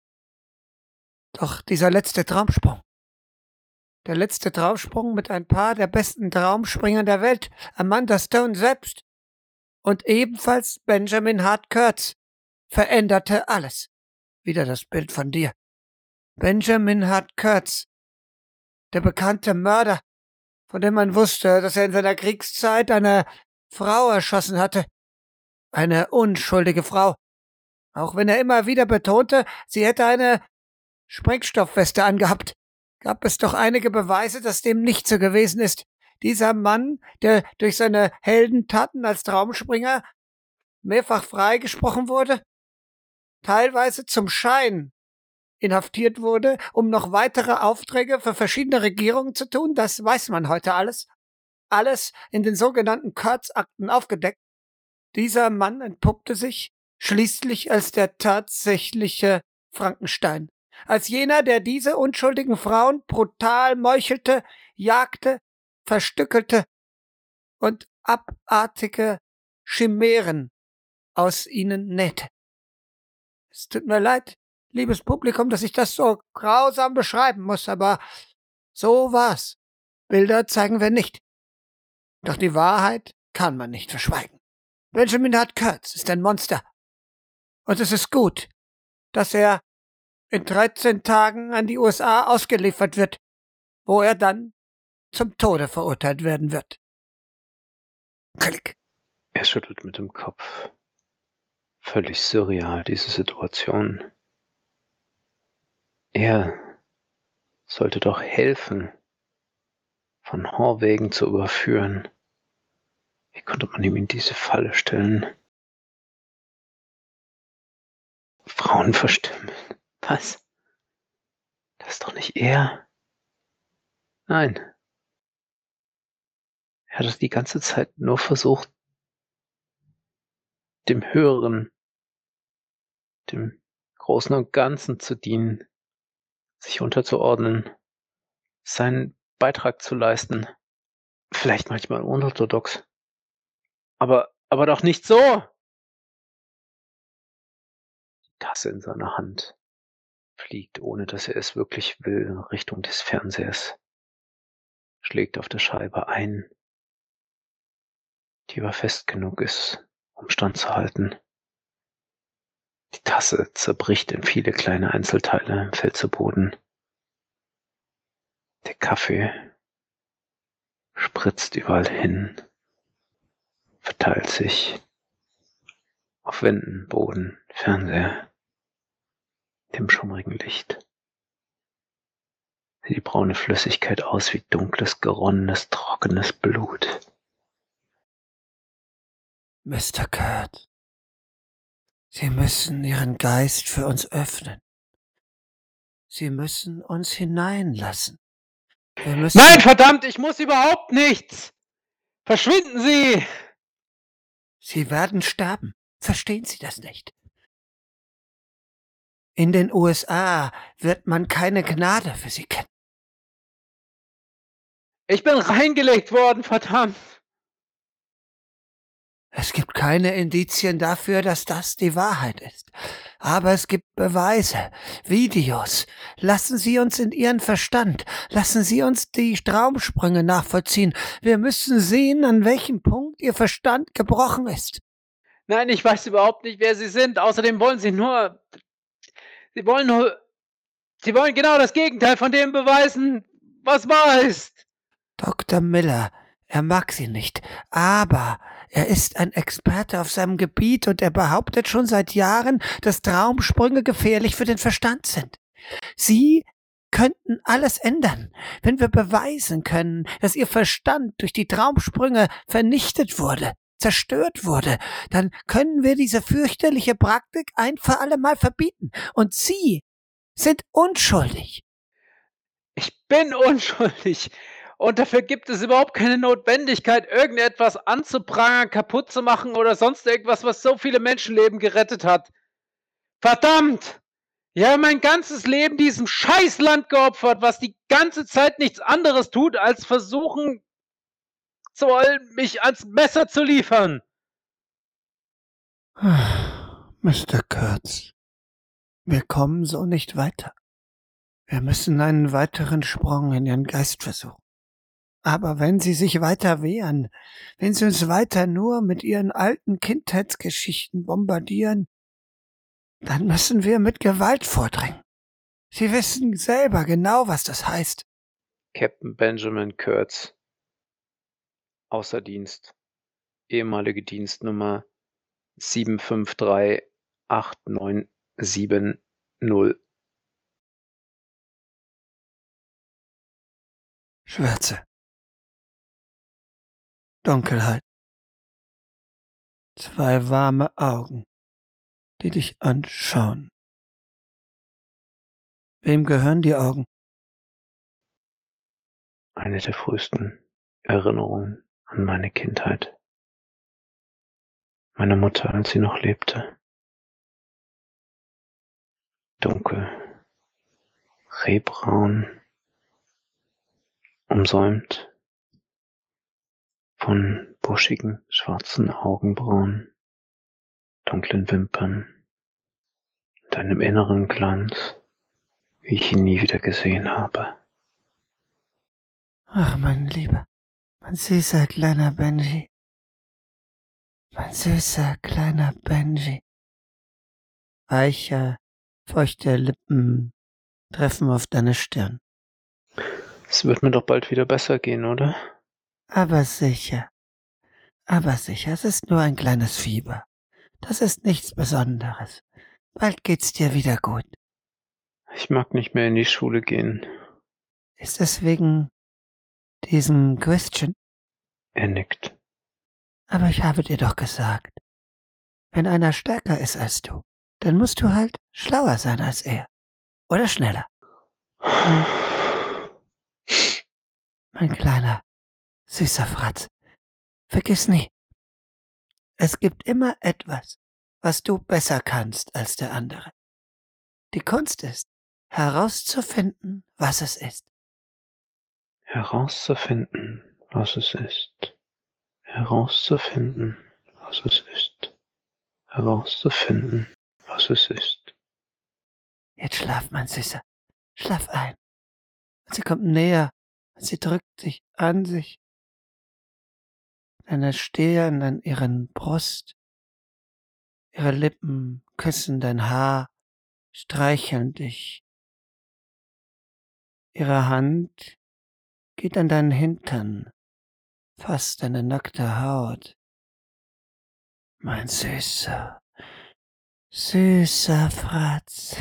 Doch dieser letzte Traumsprung, der letzte Traumsprung mit ein paar der besten Traumspringer der Welt, Amanda Stone selbst und ebenfalls Benjamin Hart Kurtz, veränderte alles. Wieder das Bild von dir. Benjamin Hart Kurtz, der bekannte Mörder, von dem man wusste, dass er in seiner Kriegszeit eine Frau erschossen hatte. Eine unschuldige Frau. Auch wenn er immer wieder betonte, sie hätte eine Sprengstoffweste angehabt, gab es doch einige Beweise, dass dem nicht so gewesen ist. Dieser Mann, der durch seine Heldentaten als Traumspringer mehrfach freigesprochen wurde, teilweise zum Schein inhaftiert wurde, um noch weitere Aufträge für verschiedene Regierungen zu tun, das weiß man heute alles. Alles in den sogenannten Kurtz-Akten aufgedeckt. Dieser Mann entpuppte sich schließlich als der tatsächliche Frankenstein. Als jener, der diese unschuldigen Frauen brutal meuchelte, jagte, verstückelte und abartige Chimären aus ihnen nähte. Es tut mir leid, liebes Publikum, dass ich das so grausam beschreiben muss, aber so war's. Bilder zeigen wir nicht. Doch die Wahrheit kann man nicht verschweigen. Benjamin Hart Kurtz ist ein Monster. Und es ist gut, dass er in 13 Tagen an die USA ausgeliefert wird, wo er dann zum Tode verurteilt werden wird. Klick. Er schüttelt mit dem Kopf. Völlig surreal, diese Situation. Er sollte doch helfen, von Horwegen zu überführen. Wie konnte man ihm in diese Falle stellen? Frauen verstimmen. Was? Das ist doch nicht er. Nein. Er hat es die ganze Zeit nur versucht, dem Höheren, dem Großen und Ganzen zu dienen, sich unterzuordnen, seinen Beitrag zu leisten. Vielleicht manchmal unorthodox. Aber doch nicht so! Die Tasse in seiner Hand fliegt, ohne dass er es wirklich will, in Richtung des Fernsehers, schlägt auf der Scheibe ein, die aber fest genug ist, um standzuhalten. Die Tasse zerbricht in viele kleine Einzelteile, fällt zu Boden. Der Kaffee spritzt überall hin, verteilt sich auf Wänden, Boden, Fernseher, dem schummrigen Licht. Sieht die braune Flüssigkeit aus wie dunkles, geronnenes, trockenes Blut. Mr. Kurt, Sie müssen Ihren Geist für uns öffnen. Sie müssen uns hineinlassen. Wir müssen... Nein, verdammt, ich muss überhaupt nichts! Verschwinden Sie! Sie werden sterben. Verstehen Sie das nicht? In den USA wird man keine Gnade für Sie kennen. Ich bin reingelegt worden, verdammt! Es gibt keine Indizien dafür, dass das die Wahrheit ist. Aber es gibt Beweise, Videos. Lassen Sie uns in Ihren Verstand. Lassen Sie uns die Traumsprünge nachvollziehen. Wir müssen sehen, an welchem Punkt Ihr Verstand gebrochen ist. Nein, ich weiß überhaupt nicht, wer Sie sind. Außerdem wollen Sie nur... Sie wollen genau das Gegenteil von dem beweisen, was wahr ist. Dr. Miller, er mag Sie nicht, aber er ist ein Experte auf seinem Gebiet und er behauptet schon seit Jahren, dass Traumsprünge gefährlich für den Verstand sind. Sie könnten alles ändern, wenn wir beweisen können, dass Ihr Verstand durch die Traumsprünge vernichtet wurde, zerstört wurde, dann können wir diese fürchterliche Praktik ein für alle Mal verbieten. Und Sie sind unschuldig. Ich bin unschuldig. Und dafür gibt es überhaupt keine Notwendigkeit, irgendetwas anzuprangern, kaputt zu machen oder sonst irgendwas, was so viele Menschenleben gerettet hat. Verdammt! Ich habe mein ganzes Leben diesem Scheißland geopfert, was die ganze Zeit nichts anderes tut, als versuchen soll, mich ans Messer zu liefern. Mr. Kurtz, wir kommen so nicht weiter. Wir müssen einen weiteren Sprung in Ihren Geist versuchen. Aber wenn Sie sich weiter wehren, wenn Sie uns weiter nur mit Ihren alten Kindheitsgeschichten bombardieren, dann müssen wir mit Gewalt vordringen. Sie wissen selber genau, was das heißt. Captain Benjamin Kurtz. Außer Dienst. Ehemalige Dienstnummer 7538970. Schwärze. Dunkelheit. 2 warme Augen, die dich anschauen. Wem gehören die Augen? Eine der frühesten Erinnerungen an meine Kindheit. Meine Mutter, als sie noch lebte. Dunkel, rehbraun, umsäumt von buschigen, schwarzen Augenbrauen, dunklen Wimpern und einem inneren Glanz, wie ich ihn nie wieder gesehen habe. Ach, mein Lieber, mein süßer kleiner Benji. Mein süßer kleiner Benji. Weiche, feuchte Lippen treffen auf deine Stirn. Es wird mir doch bald wieder besser gehen, oder? Aber sicher, es ist nur ein kleines Fieber. Das ist nichts Besonderes. Bald geht's dir wieder gut. Ich mag nicht mehr in die Schule gehen. Ist es wegen diesem Christian? Er nickt. Aber ich habe dir doch gesagt, wenn einer stärker ist als du, dann musst du halt schlauer sein als er. Oder schneller. Mein kleiner, süßer Fratz, vergiss nie, es gibt immer etwas, was du besser kannst als der andere. Die Kunst ist, herauszufinden, was es ist. Herauszufinden, was es ist. Herauszufinden, was es ist. Herauszufinden, was es ist. Jetzt schlaf, mein Süßer, schlaf ein. Und sie kommt näher, und sie drückt dich an sich. Deine Stirn an ihren Brust. Ihre Lippen küssen dein Haar, streicheln dich. Ihre Hand geht an deinen Hintern, fasst deine nackte Haut. Mein süßer, süßer Fratz.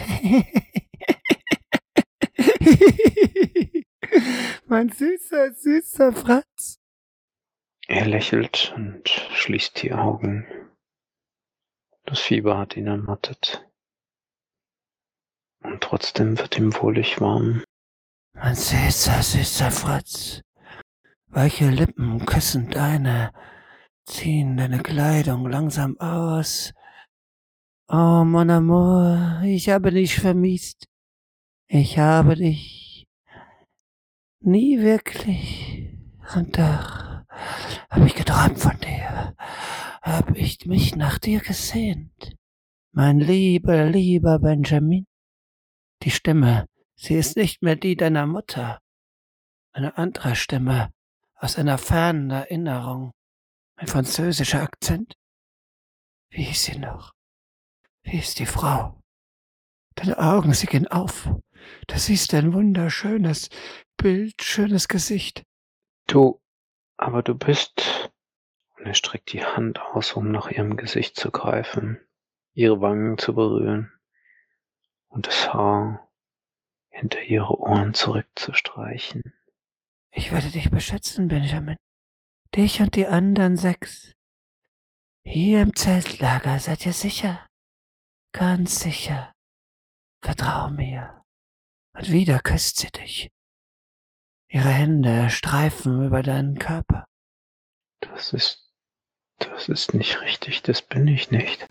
Mein süßer, süßer Fratz. Er lächelt und schließt die Augen. Das Fieber hat ihn ermattet. Und trotzdem wird ihm wohlig warm. Mein süßer, süßer Fratz. Weiche Lippen küssen deine, ziehen deine Kleidung langsam aus. Oh, mon amour, ich habe dich vermisst. Ich habe dich nie wirklich. Und doch habe ich geträumt von dir. Habe ich mich nach dir gesehnt. Mein lieber, lieber Benjamin. Die Stimme, sie ist nicht mehr die deiner Mutter. Eine andere Stimme aus einer fernen Erinnerung. Ein französischer Akzent. Wie hieß sie noch? Wie ist die Frau? Deine Augen, sie gehen auf. Du siehst ein wunderschönes, bildschönes Gesicht. Aber du bist... Und er streckt die Hand aus, um nach ihrem Gesicht zu greifen, ihre Wangen zu berühren und das Haar hinter ihre Ohren zurückzustreichen. Ich werde dich beschützen, Benjamin. Dich und die anderen 6. Hier im Zeltlager seid ihr sicher. Ganz sicher. Vertrau mir. Und wieder küsst sie dich. Ihre Hände streifen über deinen Körper. Das ist nicht richtig, das bin ich nicht.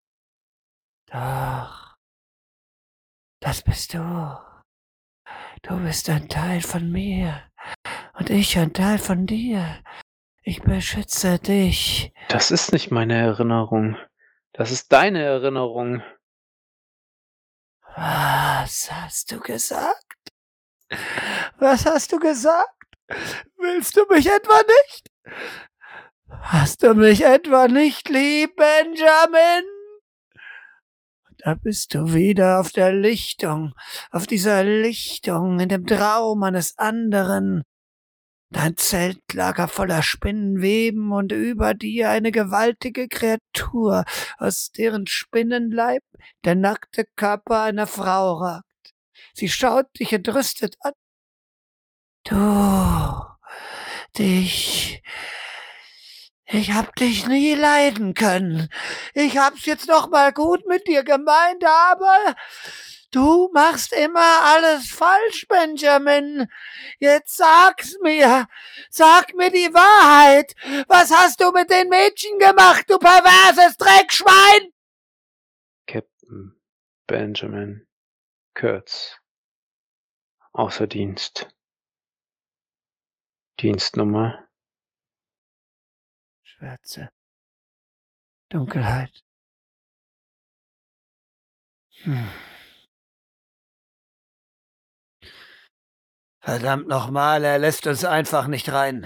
Doch, das bist du. Du bist ein Teil von mir und ich ein Teil von dir. Ich beschütze dich. Das ist nicht meine Erinnerung. Das ist deine Erinnerung. Was hast du gesagt? Was hast du gesagt? Willst du mich etwa nicht? Hast du mich etwa nicht lieb, Benjamin? Da bist du wieder auf der Lichtung, auf dieser Lichtung in dem Traum eines anderen. Dein Zeltlager voller Spinnenweben und über dir eine gewaltige Kreatur, aus deren Spinnenleib der nackte Körper einer Frau ragt. Sie schaut dich entrüstet an. Ich hab dich nie leiden können. Ich hab's jetzt noch mal gut mit dir gemeint, aber du machst immer alles falsch, Benjamin. Jetzt sag's mir. Sag mir die Wahrheit. Was hast du mit den Mädchen gemacht, du perverses Dreckschwein? Captain Benjamin Kurtz. Außer Dienst. Dienstnummer. Schwärze. Dunkelheit. Verdammt nochmal, er lässt uns einfach nicht rein.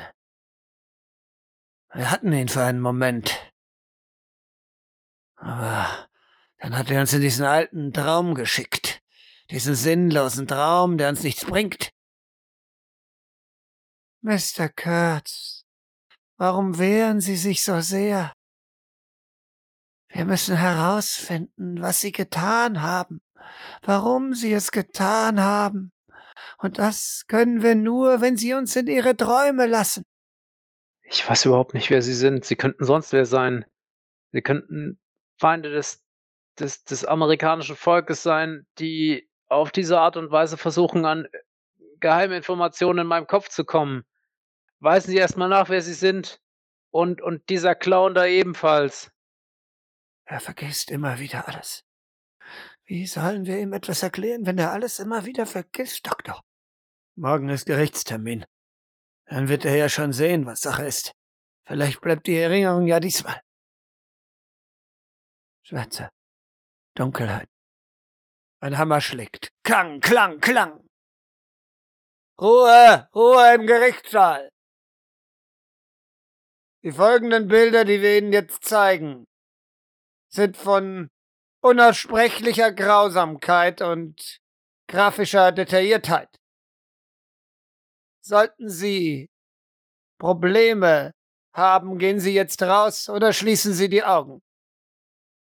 Wir hatten ihn für einen Moment. Aber dann hat er uns in diesen alten Traum geschickt. Diesen sinnlosen Traum, der uns nichts bringt. Mr. Kurtz, warum wehren Sie sich so sehr? Wir müssen herausfinden, was Sie getan haben, warum Sie es getan haben. Und das können wir nur, wenn Sie uns in Ihre Träume lassen. Ich weiß überhaupt nicht, wer Sie sind. Sie könnten sonst wer sein. Sie könnten Feinde des amerikanischen Volkes sein, die auf diese Art und Weise versuchen, an geheime Informationen in meinem Kopf zu kommen. Weisen Sie erst mal nach, wer Sie sind. Und dieser Clown da ebenfalls. Er vergisst immer wieder alles. Wie sollen wir ihm etwas erklären, wenn er alles immer wieder vergisst, Doktor? Morgen ist Gerichtstermin. Dann wird er ja schon sehen, was Sache ist. Vielleicht bleibt die Erinnerung ja diesmal. Schwärze. Dunkelheit. Ein Hammer schlägt. Klang, Klang, Klang. Ruhe, Ruhe im Gerichtssaal. Die folgenden Bilder, die wir Ihnen jetzt zeigen, sind von unaussprechlicher Grausamkeit und grafischer Detailliertheit. Sollten Sie Probleme haben, gehen Sie jetzt raus oder schließen Sie die Augen.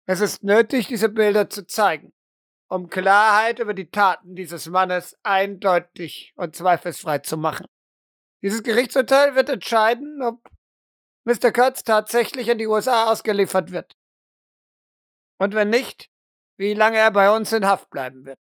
Es ist nötig, diese Bilder zu zeigen, um Klarheit über die Taten dieses Mannes eindeutig und zweifelsfrei zu machen. Dieses Gerichtsurteil wird entscheiden, ob Mr. Kurtz tatsächlich in die USA ausgeliefert wird. Und wenn nicht, wie lange er bei uns in Haft bleiben wird.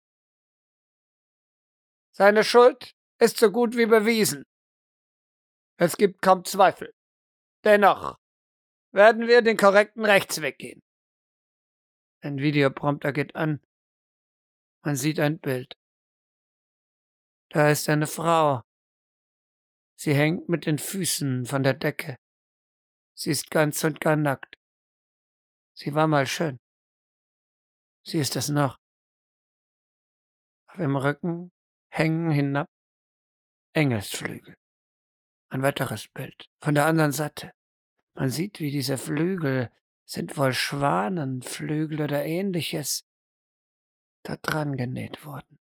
Seine Schuld ist so gut wie bewiesen. Es gibt kaum Zweifel. Dennoch werden wir den korrekten Rechtsweg gehen. Ein Videoprompter geht an. Man sieht ein Bild. Da ist eine Frau. Sie hängt mit den Füßen von der Decke. Sie ist ganz und gar nackt. Sie war mal schön. Sie ist es noch. Auf ihrem Rücken hängen hinab Engelsflügel. Ein weiteres Bild. Von der anderen Seite. Man sieht, wie diese Flügel, sind wohl Schwanenflügel oder ähnliches, da dran genäht wurden.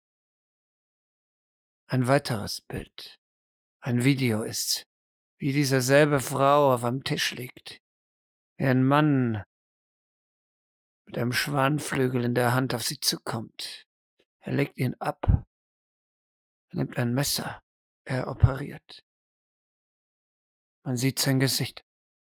Ein weiteres Bild. Ein Video ist's, wie diese selbe Frau auf einem Tisch liegt. Wie ein Mann mit einem Schwanenflügel in der Hand auf sie zukommt. Er legt ihn ab. Er nimmt ein Messer. Er operiert. Man sieht sein Gesicht.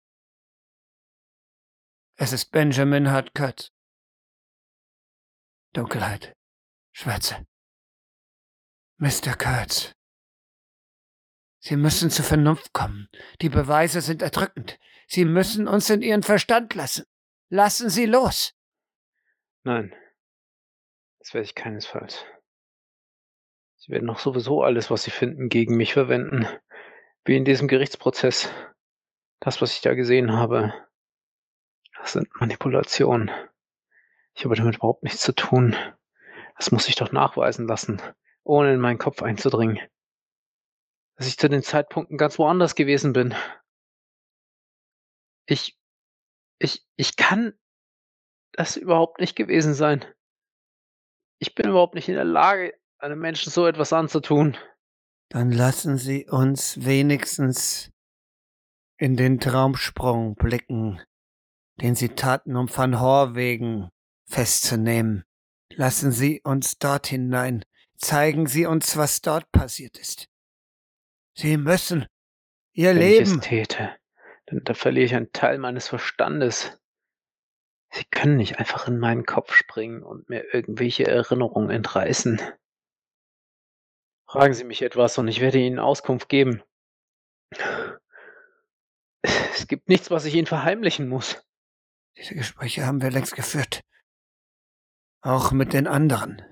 Es ist Benjamin Hart Kurtz. Dunkelheit. Schwärze. Mr. Kurtz. Sie müssen zur Vernunft kommen. Die Beweise sind erdrückend. Sie müssen uns in Ihren Verstand lassen. Lassen Sie los. Nein, das werde ich keinesfalls. Sie werden doch sowieso alles, was Sie finden, gegen mich verwenden. Wie in diesem Gerichtsprozess. Das, was ich da gesehen habe, das sind Manipulationen. Ich habe damit überhaupt nichts zu tun. Das muss ich doch nachweisen lassen, ohne in meinen Kopf einzudringen. Dass ich zu den Zeitpunkten ganz woanders gewesen bin. Ich kann das überhaupt nicht gewesen sein. Ich bin überhaupt nicht in der Lage, einem Menschen so etwas anzutun. Dann lassen Sie uns wenigstens in den Traumsprung blicken, den Sie taten, um Van Horwegen festzunehmen. Lassen Sie uns dort hinein. Zeigen Sie uns, was dort passiert ist. Sie müssen Ihr Wenn Leben... ich es täte, dann verliere ich einen Teil meines Verstandes. Sie können nicht einfach in meinen Kopf springen und mir irgendwelche Erinnerungen entreißen. Fragen Sie mich etwas und ich werde Ihnen Auskunft geben. Es gibt nichts, was ich Ihnen verheimlichen muss. Diese Gespräche haben wir längst geführt. Auch mit den anderen.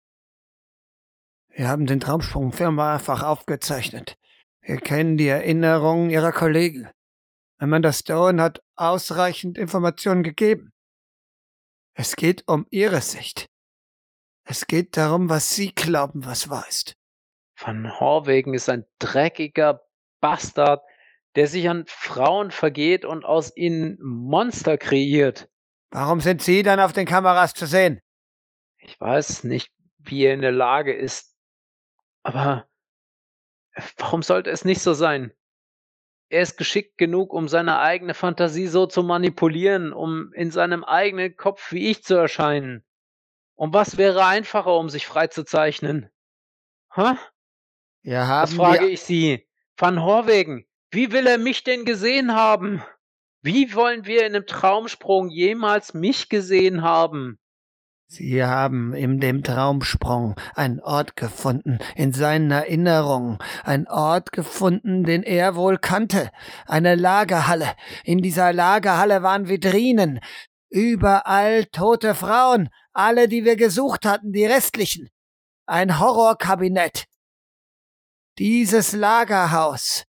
Wir haben den Traumsprung mehrfach aufgezeichnet. Wir kennen die Erinnerungen Ihrer Kollegen. Amanda Stone hat ausreichend Informationen gegeben. Es geht um Ihre Sicht. Es geht darum, was Sie glauben, was wahr ist. Van Horwegen ist ein dreckiger Bastard, der sich an Frauen vergeht und aus ihnen Monster kreiert. Warum sind Sie dann auf den Kameras zu sehen? Ich weiß nicht, wie er in der Lage ist, aber warum sollte es nicht so sein? Er ist geschickt genug, um seine eigene Fantasie so zu manipulieren, um in seinem eigenen Kopf wie ich zu erscheinen. Und was wäre einfacher, um sich frei zu zeichnen? Hä? Das frage ich Sie. Van Horwegen, wie will er mich denn gesehen haben? Wie wollen wir in einem Traumsprung jemals mich gesehen haben? Sie haben in dem Traumsprung einen Ort gefunden, in seinen Erinnerungen, einen Ort gefunden, den er wohl kannte, eine Lagerhalle. In dieser Lagerhalle waren Vitrinen, überall tote Frauen, alle, die wir gesucht hatten, die restlichen. Ein Horrorkabinett. Dieses Lagerhaus,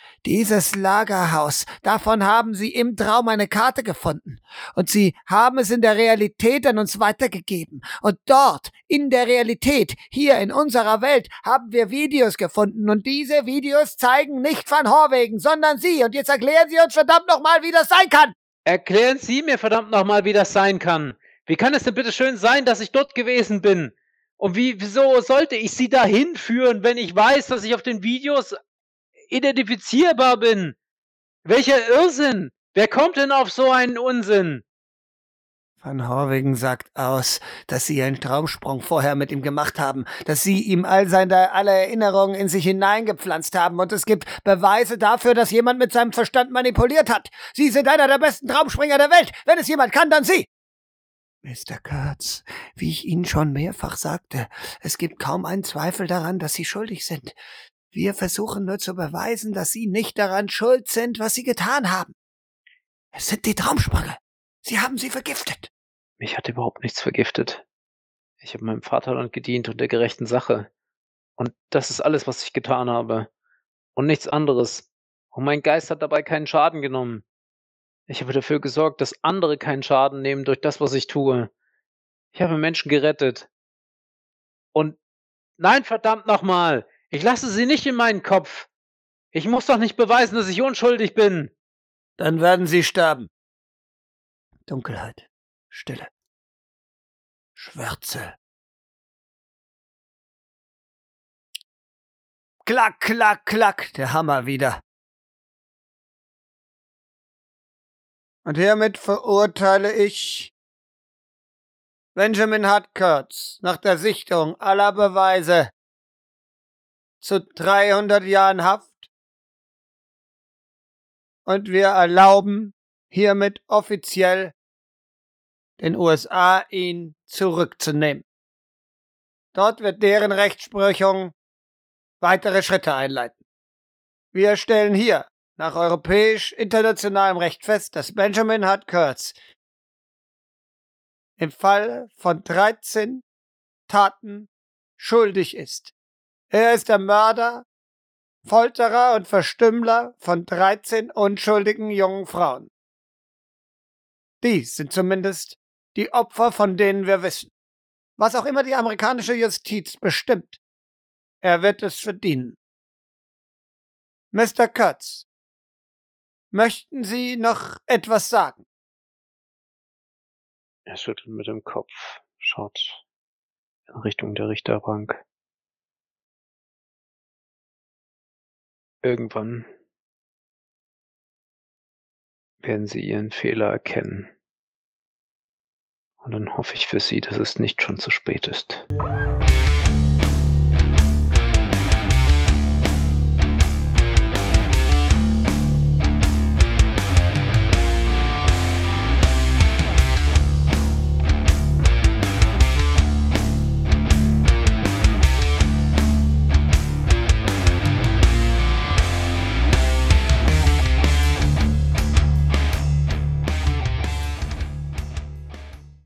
davon haben Sie im Traum eine Karte gefunden. Und Sie haben es in der Realität an uns weitergegeben. Und dort, in der Realität, hier in unserer Welt, haben wir Videos gefunden. Und diese Videos zeigen nicht Van Horwegen, sondern Sie. Und jetzt erklären Sie uns verdammt nochmal, wie das sein kann. Erklären Sie mir verdammt nochmal, wie das sein kann. Wie kann es denn bitte schön sein, dass ich dort gewesen bin? Und wieso sollte ich Sie dahin führen, wenn ich weiß, dass ich auf den Videos identifizierbar bin? Welcher Irrsinn! Wer kommt denn auf so einen Unsinn? Van Horwegen sagt aus, dass Sie einen Traumsprung vorher mit ihm gemacht haben, dass Sie ihm alle Erinnerungen in sich hineingepflanzt haben und es gibt Beweise dafür, dass jemand mit seinem Verstand manipuliert hat. Sie sind einer der besten Traumspringer der Welt. Wenn es jemand kann, dann Sie. Mr. Kurtz, wie ich Ihnen schon mehrfach sagte, es gibt kaum einen Zweifel daran, dass Sie schuldig sind. Wir versuchen nur zu beweisen, dass Sie nicht daran schuld sind, was Sie getan haben. Es sind die Traumsprünge. Sie haben sie vergiftet. Mich hat überhaupt nichts vergiftet. Ich habe meinem Vaterland gedient und der gerechten Sache. Und das ist alles, was ich getan habe. Und nichts anderes. Und mein Geist hat dabei keinen Schaden genommen. Ich habe dafür gesorgt, dass andere keinen Schaden nehmen durch das, was ich tue. Ich habe Menschen gerettet. Und nein, verdammt nochmal! Ich lasse sie nicht in meinen Kopf! Ich muss doch nicht beweisen, dass ich unschuldig bin! Dann werden Sie sterben. Dunkelheit, Stille, Schwärze. Klack, klack, klack, der Hammer wieder. Und hiermit verurteile ich Benjamin Hart Kurtz nach der Sichtung aller Beweise zu 300 Jahren Haft und wir erlauben hiermit offiziell den USA, ihn zurückzunehmen. Dort wird deren Rechtsprechung weitere Schritte einleiten. Wir stellen hier nach europäisch-internationalem Recht fest, dass Benjamin Hart Kurtz im Fall von 13 Taten schuldig ist. Er ist der Mörder, Folterer und Verstümmler von 13 unschuldigen jungen Frauen. Dies sind zumindest die Opfer, von denen wir wissen. Was auch immer die amerikanische Justiz bestimmt, er wird es verdienen. Mr. Kurtz, möchten Sie noch etwas sagen? Er schüttelt mit dem Kopf, schaut in Richtung der Richterbank. Irgendwann werden Sie Ihren Fehler erkennen. Und dann hoffe ich für Sie, dass es nicht schon zu spät ist.